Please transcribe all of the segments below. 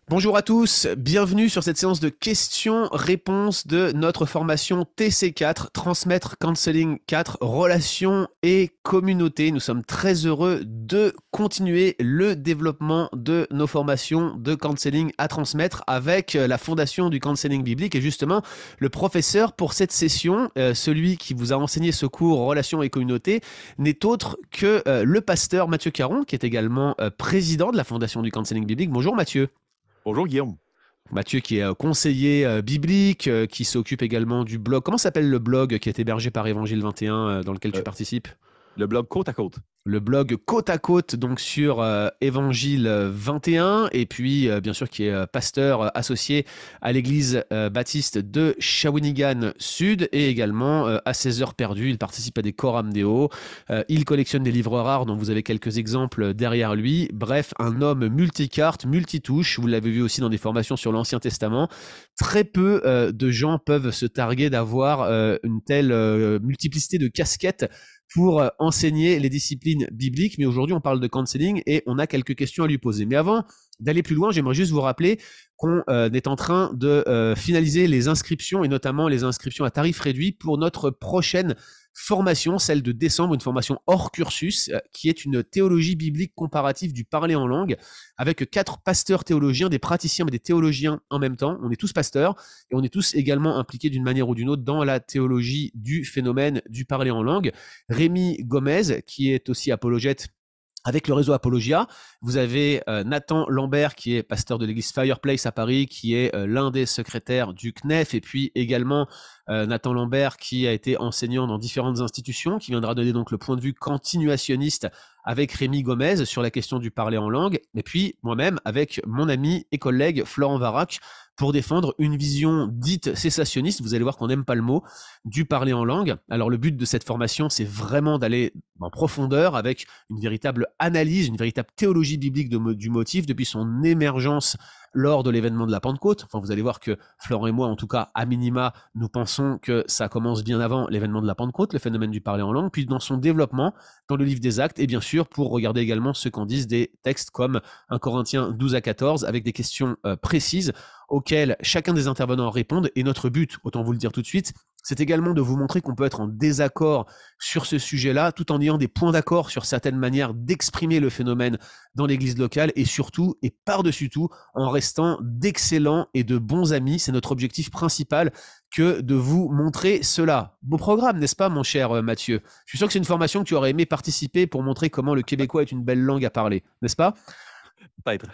Bonjour à tous, bienvenue sur cette séance de questions-réponses de notre formation TC4, Transmettre Counseling 4, Relations et Communauté. Nous sommes très heureux de continuer le développement de nos formations de counseling à transmettre avec la Fondation du Counseling Biblique et justement le professeur pour cette session, celui qui vous a enseigné ce cours Relations et Communauté, n'est autre que le pasteur Mathieu Caron, qui est également président de la Fondation du Counseling Biblique. Bonjour Mathieu. Bonjour Guillaume. Mathieu qui est conseiller biblique, qui s'occupe également du blog. Comment s'appelle le blog qui est hébergé par Évangile 21 dans lequel tu Euh, participes? le blog Côte à Côte. Le blog Côte à Côte, donc sur Évangile 21, et puis bien sûr qui est pasteur associé à l'église baptiste de Shawinigan Sud, et également à ses heures perdues, il participe à des Coram Deo, il collectionne des livres rares dont vous avez quelques exemples derrière lui. Bref, un homme multicarte, multitouche, vous l'avez vu aussi dans des formations sur l'Ancien Testament. Très peu de gens peuvent se targuer d'avoir une telle multiplicité de casquettes pour enseigner les disciplines bibliques. Mais aujourd'hui, on parle de counseling et on a quelques questions à lui poser. Mais avant d'aller plus loin, j'aimerais juste vous rappeler qu'on est en train de finaliser les inscriptions et notamment les inscriptions à tarif réduit pour notre prochaine formation, celle de décembre, une formation hors cursus qui est une théologie biblique comparative du parler en langue avec 4 pasteurs théologiens, des praticiens mais des théologiens en même temps. On est tous pasteurs et on est tous également impliqués d'une manière ou d'une autre dans la théologie du phénomène du parler en langue. Rémi Gomez, qui est aussi apologète avec le réseau Apologia. Vous avez Nathan Lambert, qui est pasteur de l'église Fireplace à Paris, qui est l'un des secrétaires du CNEF, et puis également Nathan Lambert, qui a été enseignant dans différentes institutions, qui viendra donner donc le point de vue continuationniste avec Rémi Gomez sur la question du parler en langue, et puis moi-même avec mon ami et collègue Florent Varac, pour défendre une vision dite cessationniste, vous allez voir qu'on n'aime pas le mot, du parler en langue. Alors le but de cette formation, c'est vraiment d'aller en profondeur avec une véritable analyse, une véritable théologie biblique du motif depuis son émergence lors de l'événement de la Pentecôte. Enfin, vous allez voir que Florent et moi, en tout cas, à minima, nous pensons que ça commence bien avant l'événement de la Pentecôte, le phénomène du parler en langue, puis dans son développement dans le livre des Actes, et bien sûr, pour regarder également ce qu'en disent des textes comme 1 Corinthiens 12 à 14, avec des questions précises auxquelles chacun des intervenants répondent. Et notre but, autant vous le dire tout de suite, c'est également de vous montrer qu'on peut être en désaccord sur ce sujet-là, tout en ayant des points d'accord sur certaines manières d'exprimer le phénomène dans l'église locale, et surtout, et par-dessus tout, en restant d'excellents et de bons amis. C'est notre objectif principal que de vous montrer cela. Beau programme, n'est-ce pas, mon cher Mathieu? Je suis sûr que c'est une formation que tu aurais aimé participer pour montrer comment le québécois est une belle langue à parler, n'est-ce pas? Peut-être.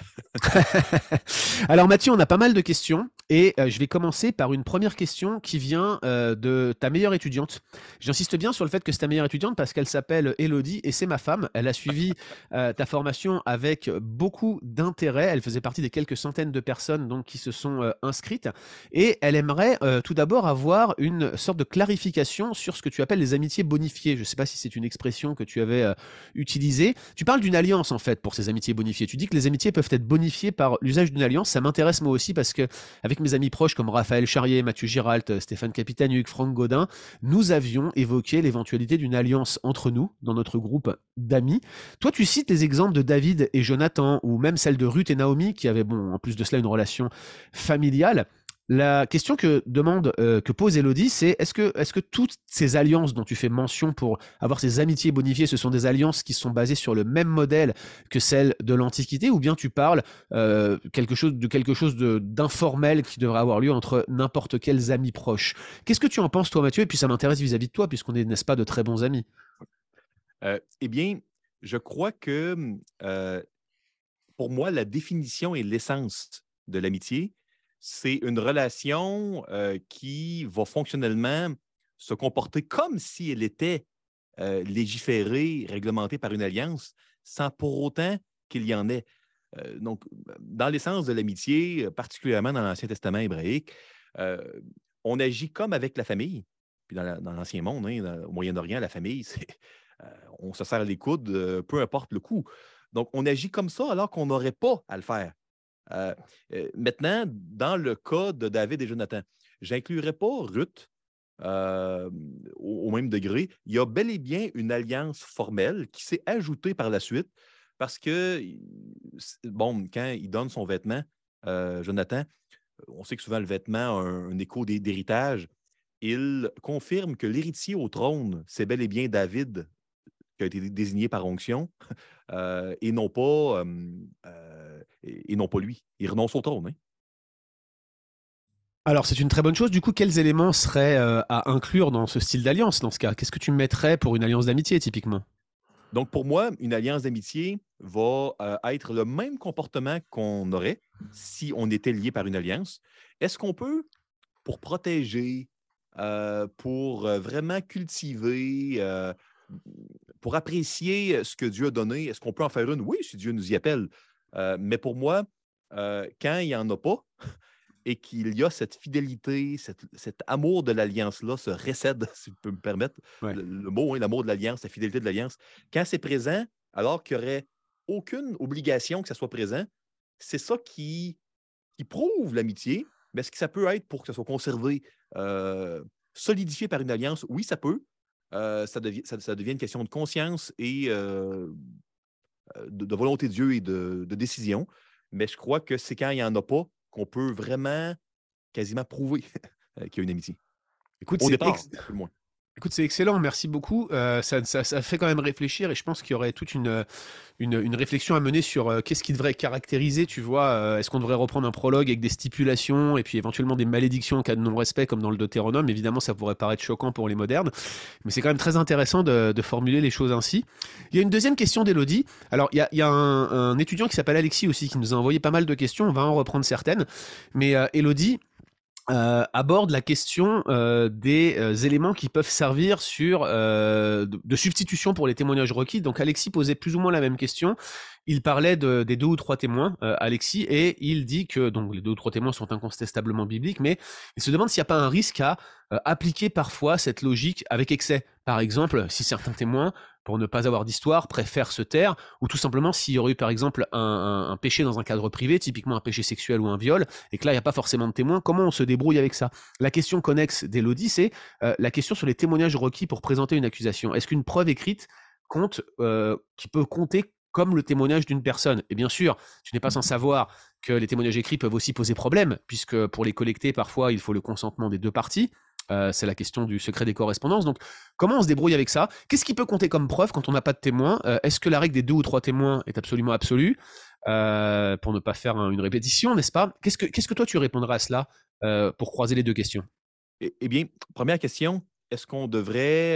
Alors Mathieu, on a pas mal de questions et je vais commencer par une première question qui vient de ta meilleure étudiante. J'insiste bien sur le fait que c'est ta meilleure étudiante parce qu'elle s'appelle Elodie et c'est ma femme. Elle a suivi ta formation avec beaucoup d'intérêt. Elle faisait partie des quelques centaines de personnes donc, qui se sont inscrites et elle aimerait tout d'abord avoir une sorte de clarification sur ce que tu appelles les amitiés bonifiées. Je ne sais pas si c'est une expression que tu avais utilisée. Tu parles d'une alliance en fait pour ces amitiés bonifiées. Tu dis que les amitiés peuvent être bonifiées par l'usage d'une alliance. Ça m'intéresse moi aussi parce que avec mes amis proches comme Raphaël Charrier, Mathieu Giralt, Stéphane Capitanuc, Franck Godin, nous avions évoqué l'éventualité d'une alliance entre nous dans notre groupe d'amis. Toi, tu cites les exemples de David et Jonathan ou même celle de Ruth et Naomi qui avaient, bon, en plus de cela, une relation familiale. La question que pose Elodie, c'est est-ce que toutes ces alliances dont tu fais mention pour avoir ces amitiés bonifiées, ce sont des alliances qui sont basées sur le même modèle que celles de l'Antiquité, ou bien tu parles quelque chose d'informel qui devrait avoir lieu entre n'importe quels amis proches? Qu'est-ce que tu en penses, toi, Mathieu? Et puis ça m'intéresse vis-à-vis de toi, puisqu'on est, n'est-ce pas, de très bons amis. Eh bien, je crois que pour moi, la définition et l'essence de l'amitié, c'est une relation qui va fonctionnellement se comporter comme si elle était légiférée, réglementée par une alliance, sans pour autant qu'il y en ait. Donc, dans l'essence de l'amitié, particulièrement dans l'Ancien Testament hébraïque, euh, on agit comme avec la famille. Puis dans l'Ancien Monde, hein, au Moyen-Orient, la famille, c'est, euh, on se serre les coudes, peu importe le coup. Donc, on agit comme ça alors qu'on n'aurait pas à le faire. Euh, Maintenant, dans le cas de David et Jonathan, je n'inclurais pas Ruth euh, au même degré. Il y a bel et bien une alliance formelle qui s'est ajoutée par la suite parce que, bon, quand il donne son vêtement, Jonathan, on sait que souvent le vêtement a un écho d'héritage. Il confirme que l'héritier au trône, c'est bel et bien David qui a été désigné par onction, et non pas, et non pas lui. Il renonce au trône, hein. Alors, c'est une très bonne chose. Du coup, quels éléments seraient à inclure dans ce style d'alliance dans ce cas? Qu'est-ce que tu mettrais pour une alliance d'amitié, typiquement? Donc, pour moi, une alliance d'amitié va être le même comportement qu'on aurait si on était lié par une alliance. Est-ce qu'on peut, pour protéger, pour vraiment cultiver, pour apprécier ce que Dieu a donné, est-ce qu'on peut en faire une? Oui, si Dieu nous y appelle. Mais pour moi, quand il n'y en a pas, et qu'il y a cette fidélité, cet amour de l'alliance-là, ce recède, si je peux me permettre Ouais. le mot, hein, l'amour de l'alliance, la fidélité de l'alliance. Quand c'est présent, alors qu'il n'y aurait aucune obligation que ça soit présent, c'est ça qui prouve l'amitié. Mais est-ce que ça peut être pour que ça soit conservé, euh, solidifié par une alliance? Oui, ça peut. Ça devient une question de conscience et de volonté de Dieu et de décision. Mais je crois que c'est quand il n'y en a pas qu'on peut vraiment quasiment prouver qu'il y a une amitié. Écoute, Au départ, tout le moins. Écoute, c'est excellent, merci beaucoup. Ça fait quand même réfléchir et je pense qu'il y aurait toute une réflexion à mener sur qu'est-ce qui devrait caractériser, tu vois, est-ce qu'on devrait reprendre un prologue avec des stipulations et puis éventuellement des malédictions en cas de non-respect comme dans le Deutéronome. Évidemment, ça pourrait paraître choquant pour les modernes, mais c'est quand même très intéressant de formuler les choses ainsi. Il y a une deuxième question d'Elodie. Alors, il y a un étudiant qui s'appelle Alexis aussi qui nous a envoyé pas mal de questions, on va en reprendre certaines, mais Elodie aborde la question des éléments qui peuvent servir de substitution pour les témoignages requis. Donc Alexis posait plus ou moins la même question. Il parlait des deux ou trois témoins, Alexis, et il dit que donc les deux ou trois témoins sont incontestablement bibliques, mais il se demande s'il n'y a pas un risque à appliquer parfois cette logique avec excès. Par exemple, si certains témoins, pour ne pas avoir d'histoire, préfèrent se taire, ou tout simplement s'il y aurait eu par exemple un péché dans un cadre privé, typiquement un péché sexuel ou un viol, et que là il n'y a pas forcément de témoins, comment on se débrouille avec ça? La question connexe d'Elodie, c'est la question sur les témoignages requis pour présenter une accusation. Est-ce qu'une preuve écrite qui peut compter comme le témoignage d'une personne? Et bien sûr, tu n'es pas sans savoir que les témoignages écrits peuvent aussi poser problème, puisque pour les collecter, parfois, il faut le consentement des deux parties. C'est la question du secret des correspondances. Donc, comment on se débrouille avec ça? Qu'est-ce qui peut compter comme preuve quand on n'a pas de témoin? Est-ce que la règle des deux ou trois témoins est absolument absolue? Pour ne pas faire une répétition, n'est-ce pas? Qu'est-ce que toi tu répondras à cela pour croiser les deux questions? Eh bien, première question, est-ce qu'on devrait,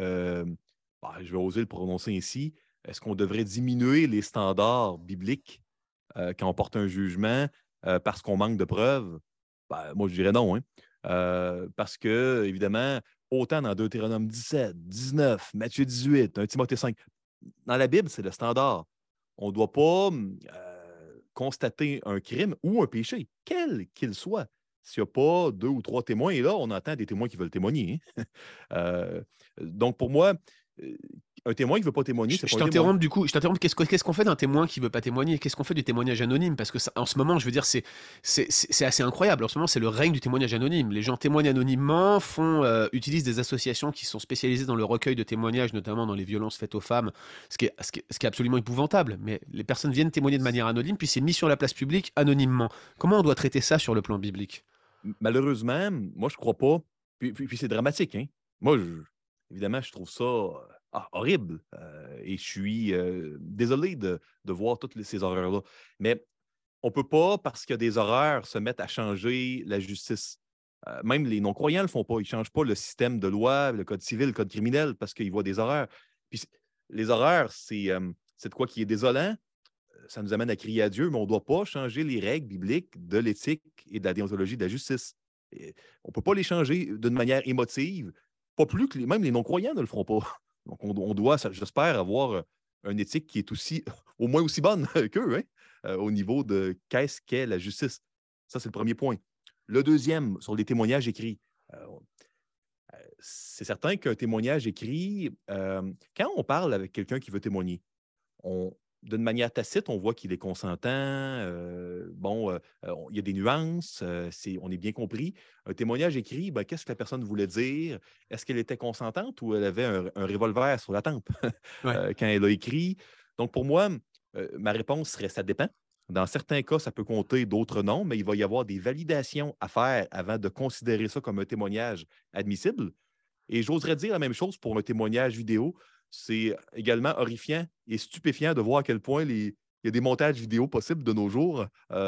je vais oser le prononcer ainsi, est-ce qu'on devrait diminuer les standards bibliques quand on porte un jugement parce qu'on manque de preuves? Moi, je dirais non, hein. Parce que, évidemment, autant dans Deutéronome 17, 19, Matthieu 18, 1 Timothée 5, dans la Bible, c'est le standard. On ne doit pas constater un crime ou un péché, quel qu'il soit, s'il n'y a pas deux ou trois témoins. Et là, on entend des témoins qui veulent témoigner, hein. Euh, donc, pour moi, euh, un témoin qui ne veut pas témoigner, c'est Je pas un témoin. t'interromps du coup, je t'interromps. Qu'est-ce qu'on fait d'un témoin qui veut pas témoigner? Qu'est-ce qu'on fait du témoignage anonyme? Parce que en ce moment, je veux dire, c'est assez incroyable. En ce moment, c'est le règne du témoignage anonyme. Les gens témoignent anonymement, utilisent des associations qui sont spécialisées dans le recueil de témoignages, notamment dans les violences faites aux femmes, ce qui est absolument épouvantable. Mais les personnes viennent témoigner de manière anonyme, puis c'est mis sur la place publique anonymement. Comment on doit traiter ça sur le plan biblique? Malheureusement, moi, je crois pas. Puis c'est dramatique, hein. Moi, évidemment, je trouve ça horrible. Et je suis désolé de voir toutes ces horreurs-là. Mais on ne peut pas, parce qu'il y a des horreurs, se mettre à changer la justice. Même les non-croyants ne le font pas. Ils ne changent pas le système de loi, le code civil, le code criminel, parce qu'ils voient des horreurs. Puis les horreurs, c'est de quoi qui est désolant. Ça nous amène à crier à Dieu, mais on ne doit pas changer les règles bibliques de l'éthique et de la déontologie de la justice. On ne peut pas les changer d'une manière émotive, pas plus que même les non-croyants ne le feront pas. Donc, on doit, j'espère, avoir une éthique qui est aussi, au moins aussi bonne qu'eux, hein, au niveau de qu'est-ce qu'est la justice. Ça, c'est le premier point. Le deuxième, sur les témoignages écrits. Euh, c'est certain qu'un témoignage écrit, quand on parle avec quelqu'un qui veut témoigner, d'une manière tacite, on voit qu'il est consentant. Il y a des nuances, on est bien compris. Un témoignage écrit, qu'est-ce que la personne voulait dire? Est-ce qu'elle était consentante ou elle avait un revolver sur la tempe Ouais. quand elle a écrit? Donc, pour moi, ma réponse serait ça dépend. Dans certains cas, ça peut compter, d'autres non, mais il va y avoir des validations à faire avant de considérer ça comme un témoignage admissible. Et j'oserais dire la même chose pour un témoignage vidéo. C'est également horrifiant et stupéfiant de voir à quel point il y a des montages vidéo possibles de nos jours.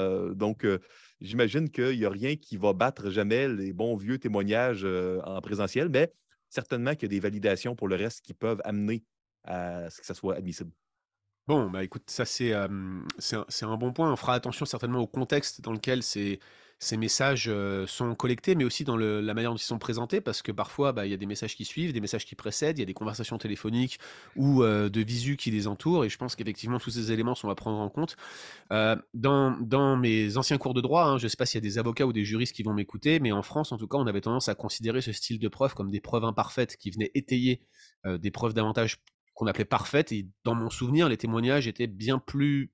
J'imagine qu'il n'y a rien qui va battre jamais les bons vieux témoignages en présentiel, mais certainement qu'il y a des validations pour le reste qui peuvent amener à ce que ça soit admissible. Bon, bah écoute, ça c'est un bon point. On fera attention certainement au contexte dans lequel ces messages sont collectés, mais aussi dans la manière dont ils sont présentés, parce que parfois, bah, il y a des messages qui suivent, des messages qui précèdent, il y a des conversations téléphoniques ou de visu qui les entourent, et je pense qu'effectivement, tous ces éléments sont à prendre en compte. Dans mes anciens cours de droit, hein, je ne sais pas s'il y a des avocats ou des juristes qui vont m'écouter, mais en France, en tout cas, on avait tendance à considérer ce style de preuve comme des preuves imparfaites qui venaient étayer des preuves davantage qu'on appelait parfaites. Et dans mon souvenir, les témoignages étaient bien plus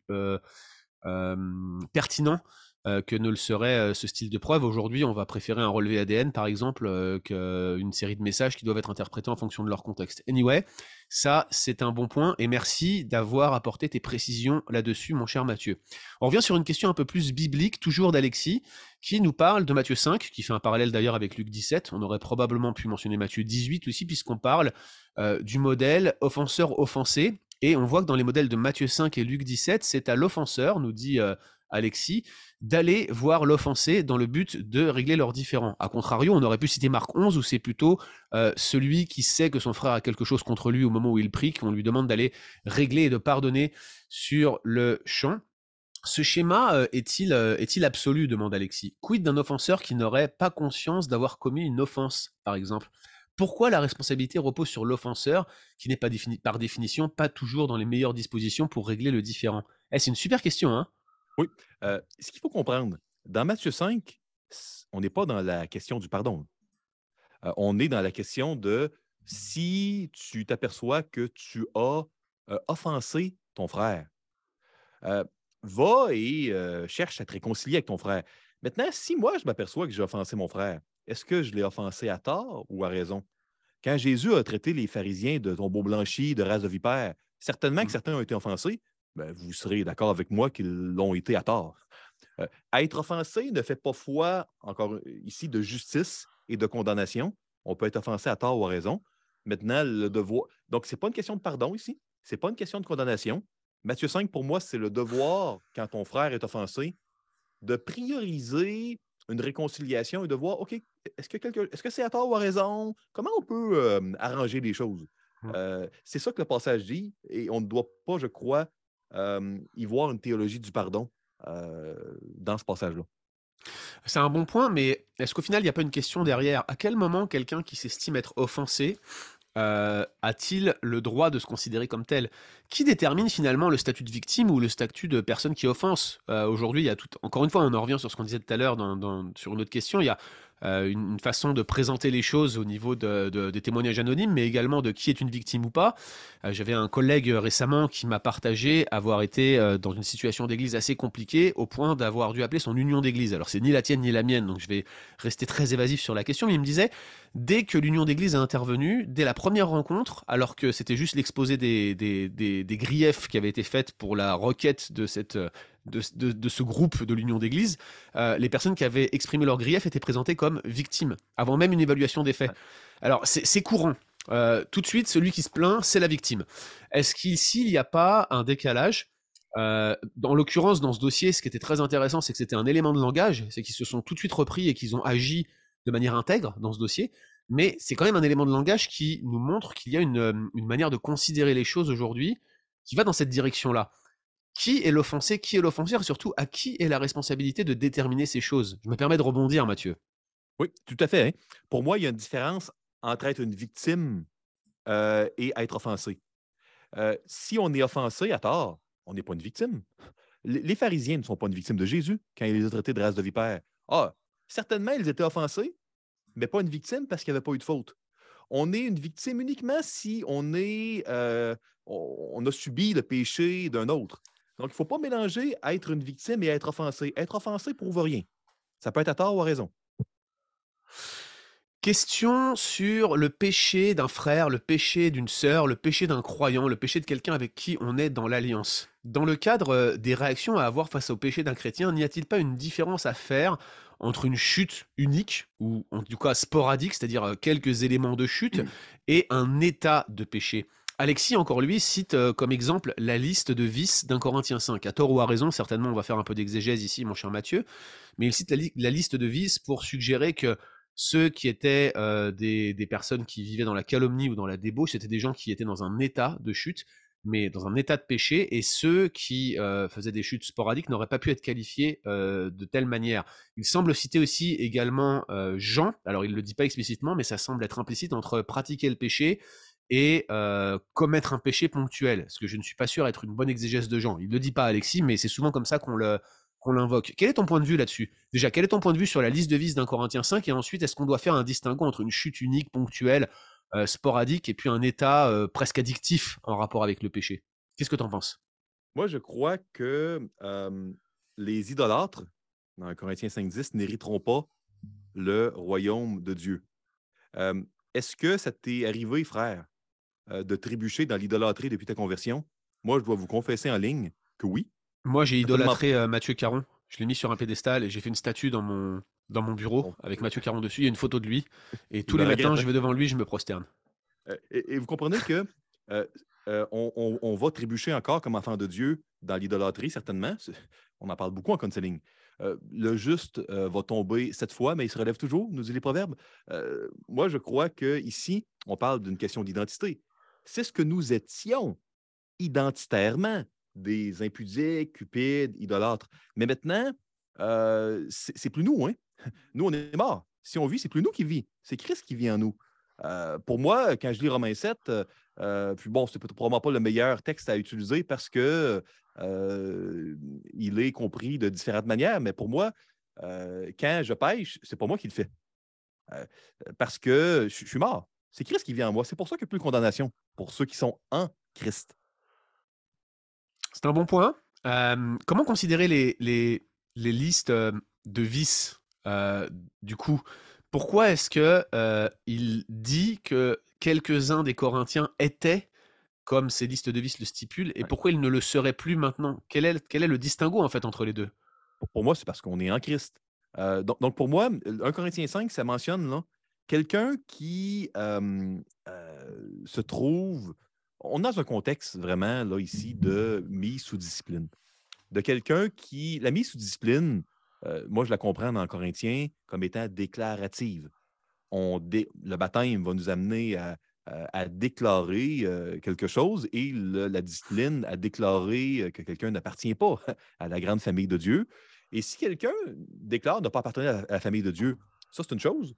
pertinents que ne le serait ce style de preuve. Aujourd'hui, on va préférer un relevé ADN, par exemple, qu'une série de messages qui doivent être interprétés en fonction de leur contexte. Anyway, ça, c'est un bon point, et merci d'avoir apporté tes précisions là-dessus, mon cher Mathieu. On revient sur une question un peu plus biblique, toujours d'Alexis, qui nous parle de Matthieu 5, qui fait un parallèle d'ailleurs avec Luc 17. On aurait probablement pu mentionner Matthieu 18 aussi, puisqu'on parle du modèle offenseur-offensé. Et on voit que dans les modèles de Matthieu 5 et Luc 17, c'est à l'offenseur, nous dit Alexis, d'aller voir l'offensé dans le but de régler leurs différends. A contrario, on aurait pu citer Marc 11, où c'est plutôt celui qui sait que son frère a quelque chose contre lui au moment où il prie, qu'on lui demande d'aller régler et de pardonner sur le champ. Ce schéma est-il absolu, demande Alexis. Quid d'un offenseur qui n'aurait pas conscience d'avoir commis une offense, par exemple? Pourquoi la responsabilité repose sur l'offenseur, qui n'est pas par définition pas toujours dans les meilleures dispositions pour régler le différend? C'est une super question, hein? Oui. Ce qu'il faut comprendre, dans Matthieu 5, on n'est pas dans la question du pardon. On est dans la question de si tu t'aperçois que tu as offensé ton frère, euh, va et cherche à te réconcilier avec ton frère. Maintenant, si moi, je m'aperçois que j'ai offensé mon frère, est-ce que je l'ai offensé à tort ou à raison? Quand Jésus a traité les pharisiens de tombeaux blanchis, de race de vipères, certainement que Mm. certains ont été offensés, ben, vous serez d'accord avec moi qu'ils l'ont été à tort. Être offensé ne fait pas foi, encore ici, de justice et de condamnation. On peut être offensé à tort ou à raison. Maintenant, le devoir. Donc, ce n'est pas une question de pardon ici. Ce n'est pas une question de condamnation. Matthieu 5, pour moi, c'est le devoir, quand ton frère est offensé, de prioriser une réconciliation et de voir, OK, est-ce que c'est à tort ou à raison? Comment on peut arranger les choses? Mm. C'est ça que le passage dit, et on ne doit pas, je crois, y voir une théologie du pardon dans ce passage-là. C'est un bon point, mais est-ce qu'au final, il n'y a pas une question derrière? À quel moment quelqu'un qui s'estime être offensé a-t-il le droit de se considérer comme tel? Qui détermine finalement le statut de victime ou le statut de personne qui offense? Aujourd'hui, il y a tout. Encore une fois, on en revient sur ce qu'on disait tout à l'heure sur une autre question. Il y a une façon de présenter les choses au niveau des témoignages anonymes, mais également de qui est une victime ou pas. J'avais un collègue récemment qui m'a partagé avoir été dans une situation d'église assez compliquée au point d'avoir dû appeler son union d'église. Alors c'est ni la tienne ni la mienne, donc je vais rester très évasif sur la question, mais il me disait, dès que l'union d'église a intervenu, dès la première rencontre, alors que c'était juste l'exposé des griefs qui avaient été faits pour la requête de ce groupe de l'union d'église, les personnes qui avaient exprimé leurs griefs étaient présentées comme victimes, avant même une évaluation des faits. Ouais. Alors c'est courant. Tout de suite, celui qui se plaint, c'est la victime. Est-ce qu'ici, il n'y a pas un décalage? En l'occurrence, dans ce dossier, ce qui était très intéressant, c'est que c'était un élément de langage, c'est qu'ils se sont tout de suite repris et qu'ils ont agi de manière intègre dans ce dossier, mais c'est quand même un élément de langage qui nous montre qu'il y a une manière de considérer les choses aujourd'hui qui va dans cette direction-là. Qui est l'offensé, qui est l'offenseur, et surtout à qui est la responsabilité de déterminer ces choses? Je me permets de rebondir, Mathieu. Oui, tout à fait, hein. Pour moi, il y a une différence entre être une victime et être offensé. Si on est offensé à tort, on n'est pas une victime. Les pharisiens ne sont pas une victime de Jésus quand il les a traités de race de vipères. Ah, certainement, ils étaient offensés, mais pas une victime parce qu'il n'y avait pas eu de faute. On est une victime uniquement si on a subi le péché d'un autre. Donc, il ne faut pas mélanger être une victime et être offensé. Être offensé prouve rien. Ça peut être à tort ou à raison. Question sur le péché d'un frère, le péché d'une sœur, le péché d'un croyant, le péché de quelqu'un avec qui on est dans l'alliance. Dans le cadre des réactions à avoir face au péché d'un chrétien, n'y a-t-il pas une différence à faire entre une chute unique, ou en tout cas sporadique, c'est-à-dire quelques éléments de chute, et un état de péché? Alexis, encore lui, cite comme exemple la liste de vices d'un Corinthiens 5. À tort ou à raison, certainement on va faire un peu d'exégèse ici, mon cher Mathieu, mais il cite la liste de vices pour suggérer que ceux qui étaient des personnes qui vivaient dans la calomnie ou dans la débauche, c'était des gens qui étaient dans un état de chute, mais dans un état de péché, et ceux qui faisaient des chutes sporadiques n'auraient pas pu être qualifiés de telle manière. Il semble citer aussi également Jean, alors il ne le dit pas explicitement, mais ça semble être implicite entre pratiquer le péché et commettre un péché ponctuel, ce que je ne suis pas sûr être une bonne exégèse de Jean. Il ne le dit pas, Alexis, mais c'est souvent comme ça qu'on l'invoque. Quel est ton point de vue là-dessus? Déjà, quel est ton point de vue sur la liste de vices d'un Corinthien 5? Et ensuite, est-ce qu'on doit faire un distinguo entre une chute unique, ponctuelle, sporadique, et puis un état presque addictif en rapport avec le péché? Qu'est-ce que tu en penses? Moi, je crois que les idolâtres, dans Corinthiens 5:10, n'hériteront pas le royaume de Dieu. Euh, Est-ce que ça t'est arrivé, frère, de trébucher dans l'idolâtrie depuis ta conversion? Moi, je dois vous confesser en ligne que oui. Moi, j'ai Certainement. idolâtré Mathieu Caron. Je l'ai mis sur un pédestal et j'ai fait une statue dans mon bureau Bon, avec Mathieu Caron dessus. Il y a une photo de lui. Et je tous le les matins, regrette, hein. je vais devant lui, je me prosterne. Et vous comprenez que euh, on va trébucher encore comme enfant de Dieu dans l'idolâtrie, certainement. On en parle beaucoup en counseling. Le juste va tomber 7 fois, mais il se relève toujours, nous dit les proverbes. Moi, je crois qu'ici, on parle d'une question d'identité. C'est ce que nous étions identitairement, des impudiques, cupides, idolâtres. Mais maintenant, c'est plus nous, hein? Nous, on est morts. Si on vit, c'est plus nous qui vit. C'est Christ qui vit en nous. Pour moi, quand je lis Romains 7, puis bon, c'est probablement pas le meilleur texte à utiliser parce que il est compris de différentes manières, mais pour moi, quand je pêche, c'est pas moi qui le fais. Euh, Parce que je suis mort. C'est Christ qui vit en moi. C'est pour ça qu'il n'y a plus de condamnation pour ceux qui sont en Christ. C'est un bon point. Comment considérer les listes de vices du coup? Pourquoi est-ce que il dit que quelques-uns des Corinthiens étaient comme ces listes de vices le stipulent, et Ouais. pourquoi ils ne le seraient plus maintenant? Quel est le distinguo en fait entre les deux? Pour moi, c'est parce qu'on est en Christ. Donc, pour moi, 1 Corinthiens 5, ça mentionne là, quelqu'un qui se trouve. On est dans un contexte vraiment, là, ici, de mise sous discipline. De quelqu'un qui. La mise sous discipline, moi, je la comprends dans Corinthiens comme étant déclarative. Le baptême va nous amener à déclarer quelque chose et la discipline à déclarer que quelqu'un n'appartient pas à la grande famille de Dieu. Et si quelqu'un déclare ne pas appartenir à la famille de Dieu, ça, c'est une chose.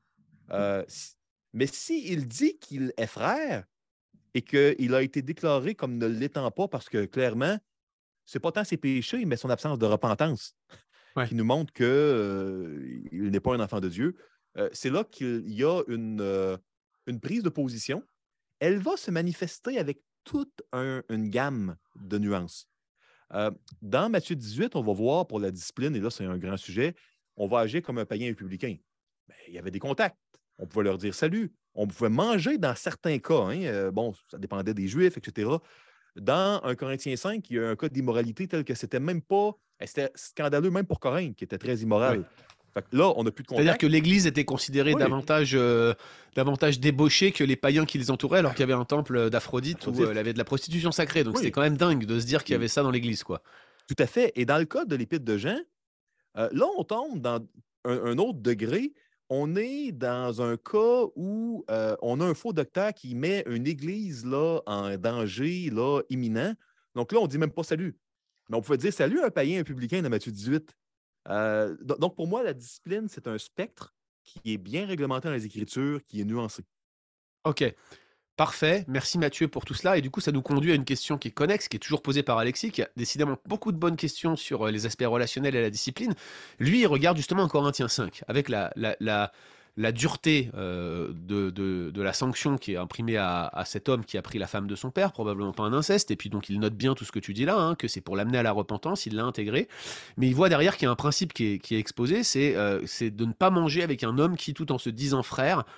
Mais s'il dit qu'il est frère et qu'il a été déclaré comme ne l'étant pas parce que clairement, c'est pas tant ses péchés, mais son absence de repentance Ouais. qui nous montre qu'il n'est pas un enfant de Dieu, c'est là qu'il y a une prise de position. Elle va se manifester avec toute une gamme de nuances. Euh, Dans Matthieu 18, on va voir pour la discipline, et là, c'est un grand sujet, on va agir comme un païen républicain. Ben, il y avait des contacts. On pouvait leur dire salut. On pouvait manger dans certains cas. Hein. Bon, ça dépendait des Juifs, etc. Dans 1 Corinthiens 5, il y a un cas d'immoralité tel que c'était même pas. C'était scandaleux même pour Corinthe, qui était très Ouais. immoral. Fait que là, on n'a plus de C'est-à-dire contact. que l'Église était considérée Oui, davantage débauchée que les païens qui les entouraient, alors qu'il y avait un temple d'Aphrodite où il y Aphrodite. avait de la prostitution sacrée. Donc c'était Oui, quand même dingue de se dire qu'il y et avait ça dans l'Église, quoi. tout à fait. Et dans le cas de l'Épître de Jean, là, on tombe dans un autre degré. On est dans un cas où on a un faux docteur qui met une église là, en danger là, imminent. Donc là, on ne dit même pas salut. Mais on pouvait dire salut à un païen, un publicain dans Matthieu 18. Donc, pour moi, la discipline, c'est un spectre qui est bien réglementé dans les Écritures, qui est nuancé. Ok, parfait. Merci Mathieu pour tout cela. Et du coup, ça nous conduit à une question qui est connexe, qui est toujours posée par Alexis, qui a décidément beaucoup de bonnes questions sur les aspects relationnels et la discipline. Lui, il regarde justement en Corinthiens 5, avec la dureté de la sanction qui est imprimée à cet homme qui a pris la femme de son père, probablement pas un inceste, et puis donc il note bien tout ce que tu dis là, hein, que c'est pour l'amener à la repentance, il l'a intégré, mais il voit derrière qu'il y a un principe qui est exposé, c'est de ne pas manger avec un homme qui, tout en se disant frère,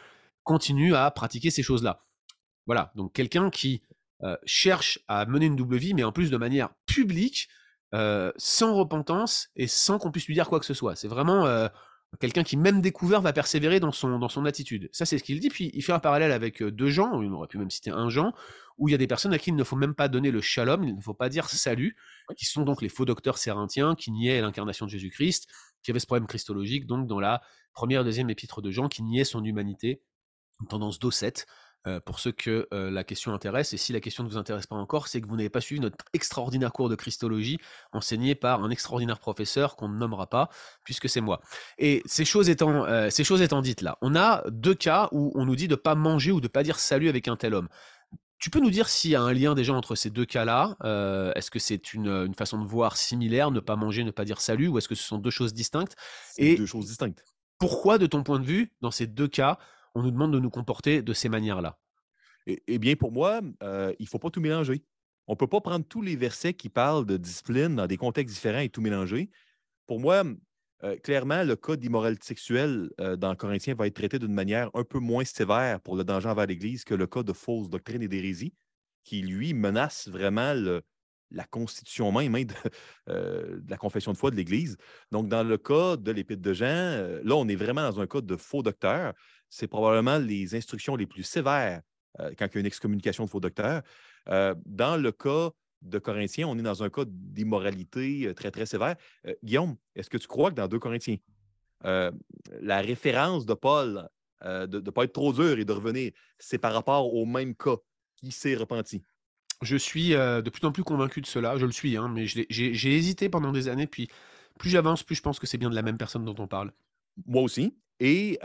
continue à pratiquer ces choses-là. Voilà, donc quelqu'un qui cherche à mener une double vie, mais en plus de manière publique, sans repentance et sans qu'on puisse lui dire quoi que ce soit. C'est vraiment quelqu'un qui, même découvert, va persévérer dans son attitude. Ça, c'est ce qu'il dit. Puis il fait un parallèle avec deux gens, on aurait pu même citer un Jean, où il y a des personnes à qui il ne faut même pas donner le shalom, il ne faut pas dire salut, qui sont donc les faux docteurs cérinthiens, qui niaient l'incarnation de Jésus-Christ, qui avaient ce problème christologique, donc dans la première et deuxième épître de Jean, qui niait son humanité, tendance d'O7, pour ceux que la question intéresse. Et si la question ne vous intéresse pas encore, c'est que vous n'avez pas suivi notre extraordinaire cours de Christologie enseigné par un extraordinaire professeur qu'on ne nommera pas, puisque c'est moi. Et ces choses étant dites là, on a deux cas où on nous dit de ne pas manger ou de ne pas dire salut avec un tel homme. Tu peux nous dire s'il y a un lien déjà entre ces deux cas-là? Est-ce que c'est une façon de voir similaire, ne pas manger, ne pas dire salut, ou est-ce que ce sont deux choses distinctes? C'est Et deux choses distinctes. pourquoi, de ton point de vue, dans ces deux cas, on nous demande de nous comporter de ces manières-là? Eh bien, pour moi, il ne faut pas tout mélanger. On ne peut pas prendre tous les versets qui parlent de discipline dans des contextes différents et tout mélanger. Pour moi, clairement, le cas d'immoralité sexuelle dans Corinthiens va être traité d'une manière un peu moins sévère pour le danger envers l'Église que le cas de fausse doctrine et d'hérésie, qui, lui, menace vraiment la constitution même de la confession de foi de l'Église. Donc, dans le cas de l'Épître de Jean, là, on est vraiment dans un cas de faux docteur. C'est probablement les instructions les plus sévères quand il y a une excommunication de faux docteur. Dans le cas de Corinthiens, on est dans un cas d'immoralité très, très sévère. Guillaume, est-ce que tu crois que dans 2 Corinthiens, euh, la référence de Paul de ne pas être trop dur et de revenir, c'est par rapport au même cas qui s'est repenti? Je suis de plus en plus convaincu de cela, je le suis, hein, mais j'ai hésité pendant des années, puis plus j'avance, plus je pense que c'est bien de la même personne dont on parle. Moi aussi. Et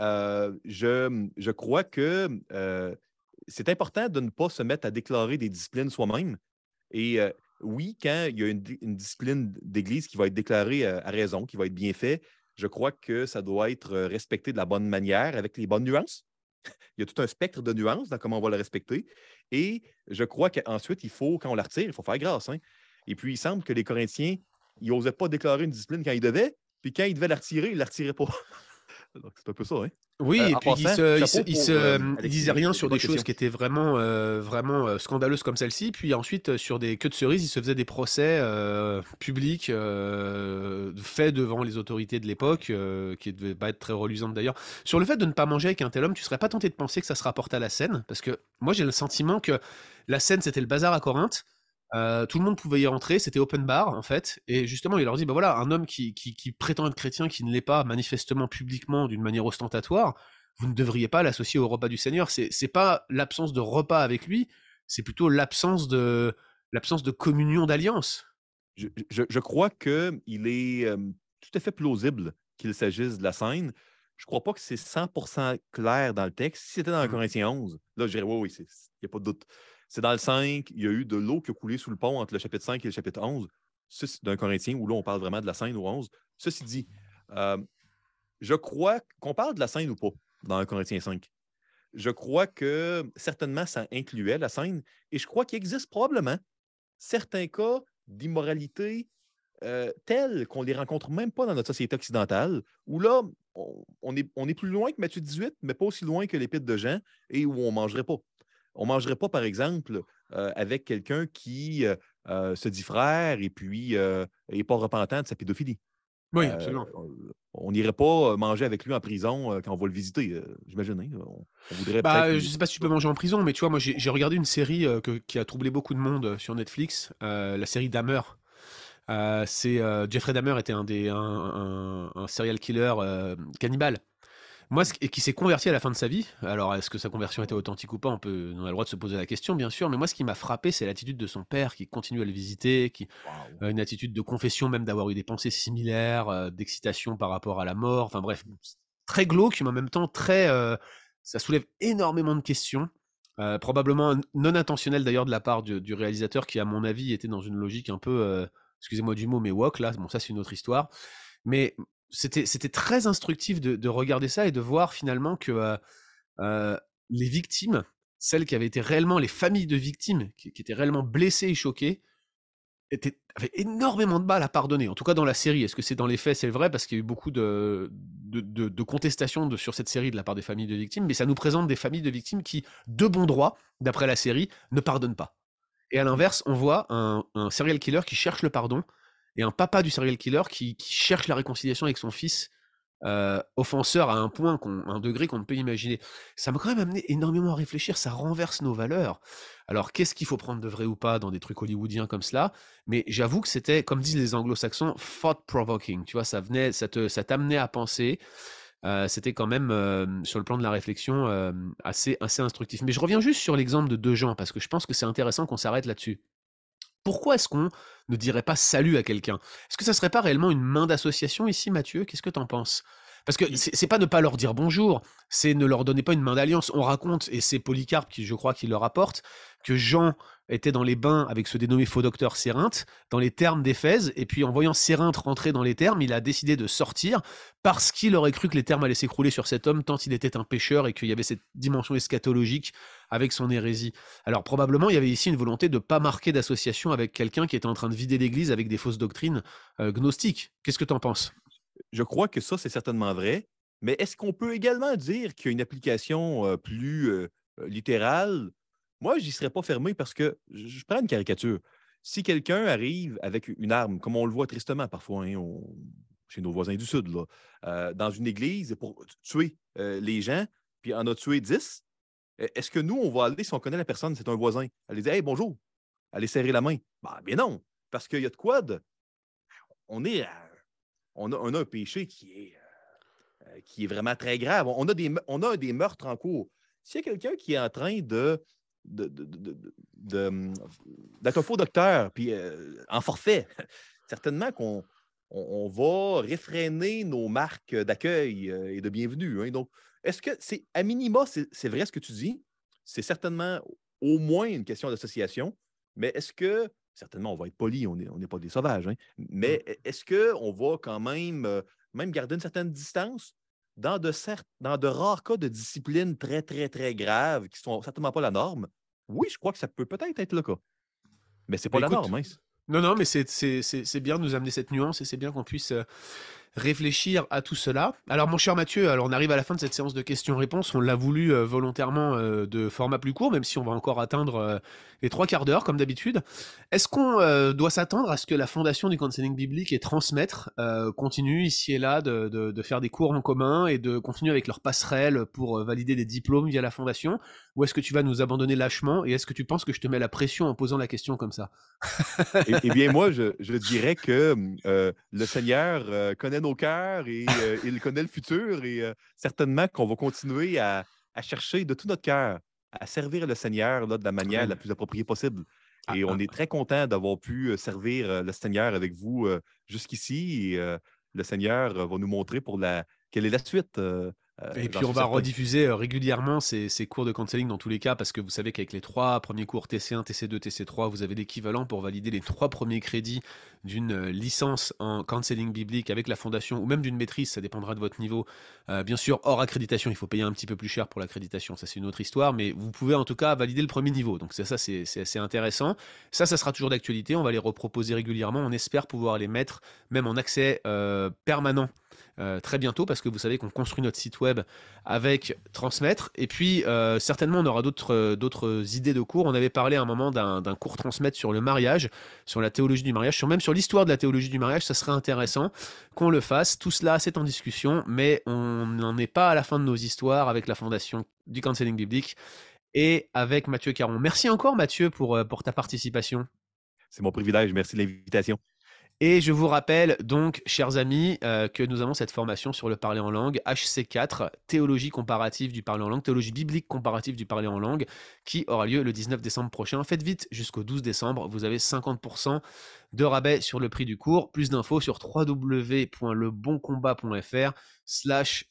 je crois que c'est important de ne pas se mettre à déclarer des disciplines soi-même. Et oui, quand il y a une discipline d'Église qui va être déclarée à raison, qui va être bien fait, je crois que ça doit être respecté de la bonne manière, avec les bonnes nuances. Il y a tout un spectre de nuances dans comment on va le respecter. Et je crois qu'ensuite, il faut, quand on la retire, il faut faire grâce. Hein. Et puis, il semble que les Corinthiens, ils n'osaient pas déclarer une discipline quand ils devaient, puis quand ils devaient la retirer, ils ne la retiraient pas. Donc, c'est un peu ça. Hein. Oui, et En puis passant, chapeau pour il disait Alexis. rien Des sur des bonnes choses questions. qui étaient vraiment, vraiment scandaleuses comme celle-ci. Puis ensuite, sur des queues de cerises, il se faisait des procès publics faits devant les autorités de l'époque, qui ne devaient pas être très reluisantes d'ailleurs. Sur le fait de ne pas manger avec un tel homme, tu serais pas tenté de penser que ça se rapporte à la scène? Parce que moi, j'ai le sentiment que la scène, c'était le bazar à Corinthe. Tout le monde pouvait y rentrer, c'était open bar en fait, et justement il leur dit, bah voilà, un homme qui prétend être chrétien, qui ne l'est pas manifestement publiquement d'une manière ostentatoire, vous ne devriez pas l'associer au repas du Seigneur. C'est pas l'absence de repas avec lui, c'est plutôt l'absence de communion d'alliance. Je crois qu'il est tout à fait plausible qu'il s'agisse de la scène. Je ne crois pas que c'est 100% clair dans le texte. Si c'était dans Mm. Corinthiens 11, là, je dirais oui, il n'y a pas de doute. C'est dans le 5, il y a eu de l'eau qui a coulé sous le pont entre le chapitre 5 et le chapitre 11. D'un Corinthien, où là, on parle vraiment de la scène au 11. Ceci dit, euh, je crois qu'on parle de la scène ou pas dans 1 Corinthiens 5. Je crois que certainement, ça incluait la scène. Et je crois qu'il existe probablement certains cas d'immoralité tels qu'on ne les rencontre même pas dans notre société occidentale, où là, on est plus loin que Matthieu 18, mais pas aussi loin que l'Épître de Jean, et où on ne mangerait pas. On ne mangerait pas, par exemple, avec quelqu'un qui se dit frère et puis n'est pas repentant de sa pédophilie. Oui, Euh, absolument. on n'irait pas manger avec lui en prison quand on va le visiter, j'imagine. Hein. On voudrait peut-être Bah, je lui. sais pas si tu peux manger en prison, mais tu vois, moi j'ai regardé une série qui a troublé beaucoup de monde sur Netflix, la série Dahmer. Jeffrey Dahmer était un serial killer cannibale. Moi, et qui s'est converti à la fin de sa vie. Alors, est-ce que sa conversion était authentique ou pas? On a le droit de se poser la question, bien sûr. Mais moi, ce qui m'a frappé, c'est l'attitude de son père qui continue à le visiter, Wow. une attitude de confession, même d'avoir eu des pensées similaires, d'excitation par rapport à la mort. Enfin bref, très glauque, mais en même temps ça soulève énormément de questions. Probablement non intentionnelles d'ailleurs de la part du réalisateur qui, à mon avis, était dans une logique un peu, excusez-moi du mot, mais woke là. Bon, ça c'est une autre histoire. Mais c'était très instructif de regarder ça et de voir finalement que les victimes, celles qui avaient été réellement, les familles de victimes, qui étaient réellement blessées et choquées, avaient énormément de mal à pardonner. En tout cas dans la série. Est-ce que c'est dans les faits, c'est vrai? Parce qu'il y a eu beaucoup de contestation sur cette série de la part des familles de victimes, mais ça nous présente des familles de victimes qui, de bon droit, d'après la série, ne pardonnent pas. Et à l'inverse, on voit un serial killer qui cherche le pardon et un papa du serial killer qui cherche la réconciliation avec son fils, offenseur à un degré qu'on ne peut imaginer. Ça m'a quand même amené énormément à réfléchir, ça renverse nos valeurs. Alors, qu'est-ce qu'il faut prendre de vrai ou pas dans des trucs hollywoodiens comme cela? Mais j'avoue que c'était, comme disent les anglo-saxons, thought-provoking. Tu vois, ça t'amenait à penser. C'était quand même, sur le plan de la réflexion, assez instructif. Mais je reviens juste sur l'exemple de deux gens, parce que je pense que c'est intéressant qu'on s'arrête là-dessus. Pourquoi est-ce qu'on ne dirait pas salut à quelqu'un? Est-ce que ça serait pas réellement une main d'association ici, Mathieu? Qu'est-ce que t'en penses? Parce que Puis, c'est pas ne pas leur dire bonjour, c'est ne leur donner pas une main d'alliance. On raconte, et c'est Polycarpe qui, je crois, qui le rapporte, que Jean était dans les bains avec ce dénommé faux docteur Cérinthe, dans les thermes d'Éphèse, et puis en voyant Cérinthe rentrer dans les thermes, il a décidé de sortir parce qu'il aurait cru que les thermes allaient s'écrouler sur cet homme tant il était un pécheur et qu'il y avait cette dimension eschatologique avec son hérésie. Alors probablement, il y avait ici une volonté de ne pas marquer d'association avec quelqu'un qui était en train de vider l'église avec des fausses doctrines gnostiques. Qu'est-ce que tu en penses? je crois que ça, c'est certainement vrai. Mais est-ce qu'on peut également dire qu'il y a une application plus littérale? Moi, j'y serais pas fermé parce que je prends une caricature. Si quelqu'un arrive avec une arme, comme on le voit tristement parfois hein, chez nos voisins du Sud, là, dans une église pour tuer les gens, puis en a tué 10, est-ce que nous, on va aller, si on connaît la personne, c'est un voisin, aller dire Hey, bonjour, aller serrer la main? Ben, bien non, parce qu'il y a de quoi de. On est on a un péché qui est vraiment très grave. On a des meurtres en cours. S'il y a quelqu'un qui est en train d'être un faux docteur, puis en forfait, certainement qu'on va réfréner nos marques d'accueil et de bienvenue. Hein. Donc, est-ce que c'est à minima, c'est vrai ce que tu dis? C'est certainement au moins une question d'association, mais est-ce que, certainement, on va être poli, on n'est pas des sauvages, hein, Mm. mais est-ce qu'on va quand même garder une certaine distance dans de rares cas de discipline très, très, très graves qui ne sont certainement pas la norme? Oui, je crois que ça peut peut-être être le cas, mais ce n'est Bah pas la écoute, norme. Hein. non, non, mais c'est bien de nous amener cette nuance et c'est bien qu'on puisse réfléchir à tout cela. Alors mon cher Mathieu, alors on arrive à la fin de cette séance de questions-réponses, on l'a voulu volontairement de format plus court, même si on va encore atteindre les 3 quarts d'heure comme d'habitude. Est-ce qu'on doit s'attendre à ce que la fondation du counseling biblique et transmettre continue ici et là de faire des cours en commun et de continuer avec leur passerelle pour valider des diplômes via la fondation? Ou est-ce que tu vas nous abandonner lâchement et est-ce que tu penses que je te mets la pression en posant la question comme ça? Eh bien, moi, je dirais que le Seigneur connaît nos cœurs et il connaît le futur et certainement qu'on va continuer à chercher de tout notre cœur à servir le Seigneur là, de la manière la Amen. plus appropriée possible. Ah, Et on ah. est très content d'avoir pu servir le Seigneur avec vous jusqu'ici. Et le Seigneur va nous montrer quelle est la suite, Et j'en puis on suis va certain. rediffuser régulièrement ces cours de counseling dans tous les cas, parce que vous savez qu'avec les 3 premiers cours TC1, TC2, TC3, vous avez l'équivalent pour valider les 3 premiers crédits d'une licence en counseling biblique avec la fondation, ou même d'une maîtrise, ça dépendra de votre niveau. Bien sûr, hors accréditation, il faut payer un petit peu plus cher pour l'accréditation, ça c'est une autre histoire, mais vous pouvez en tout cas valider le premier niveau, donc c'est assez intéressant. Ça sera toujours d'actualité, on va les reproposer régulièrement, on espère pouvoir les mettre même en accès permanent très bientôt parce que vous savez qu'on construit notre site web avec Transmettre et puis certainement on aura d'autres idées de cours. On avait parlé à un moment d'un cours Transmettre sur le mariage, sur la théologie du mariage, même sur l'histoire de la théologie du mariage. Ça serait intéressant qu'on le fasse. Tout cela c'est en discussion, mais on n'en est pas à la fin de nos histoires avec la fondation du counseling biblique et avec Mathieu Caron. Merci encore Mathieu pour ta participation. C'est mon privilège. Merci de l'invitation. Et je vous rappelle donc, chers amis, que nous avons cette formation sur le parler en langue, HC4, théologie comparative du parler en langue, théologie biblique comparative du parler en langue, qui aura lieu le 19 décembre prochain. Faites vite jusqu'au 12 décembre, vous avez 50% de rabais sur le prix du cours. Plus d'infos sur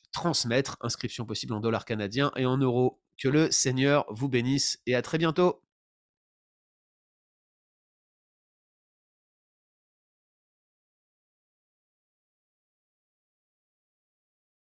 www.leboncombat.fr/transmettre, inscription possible en dollars canadiens et en euros. Que le Seigneur vous bénisse et à très bientôt.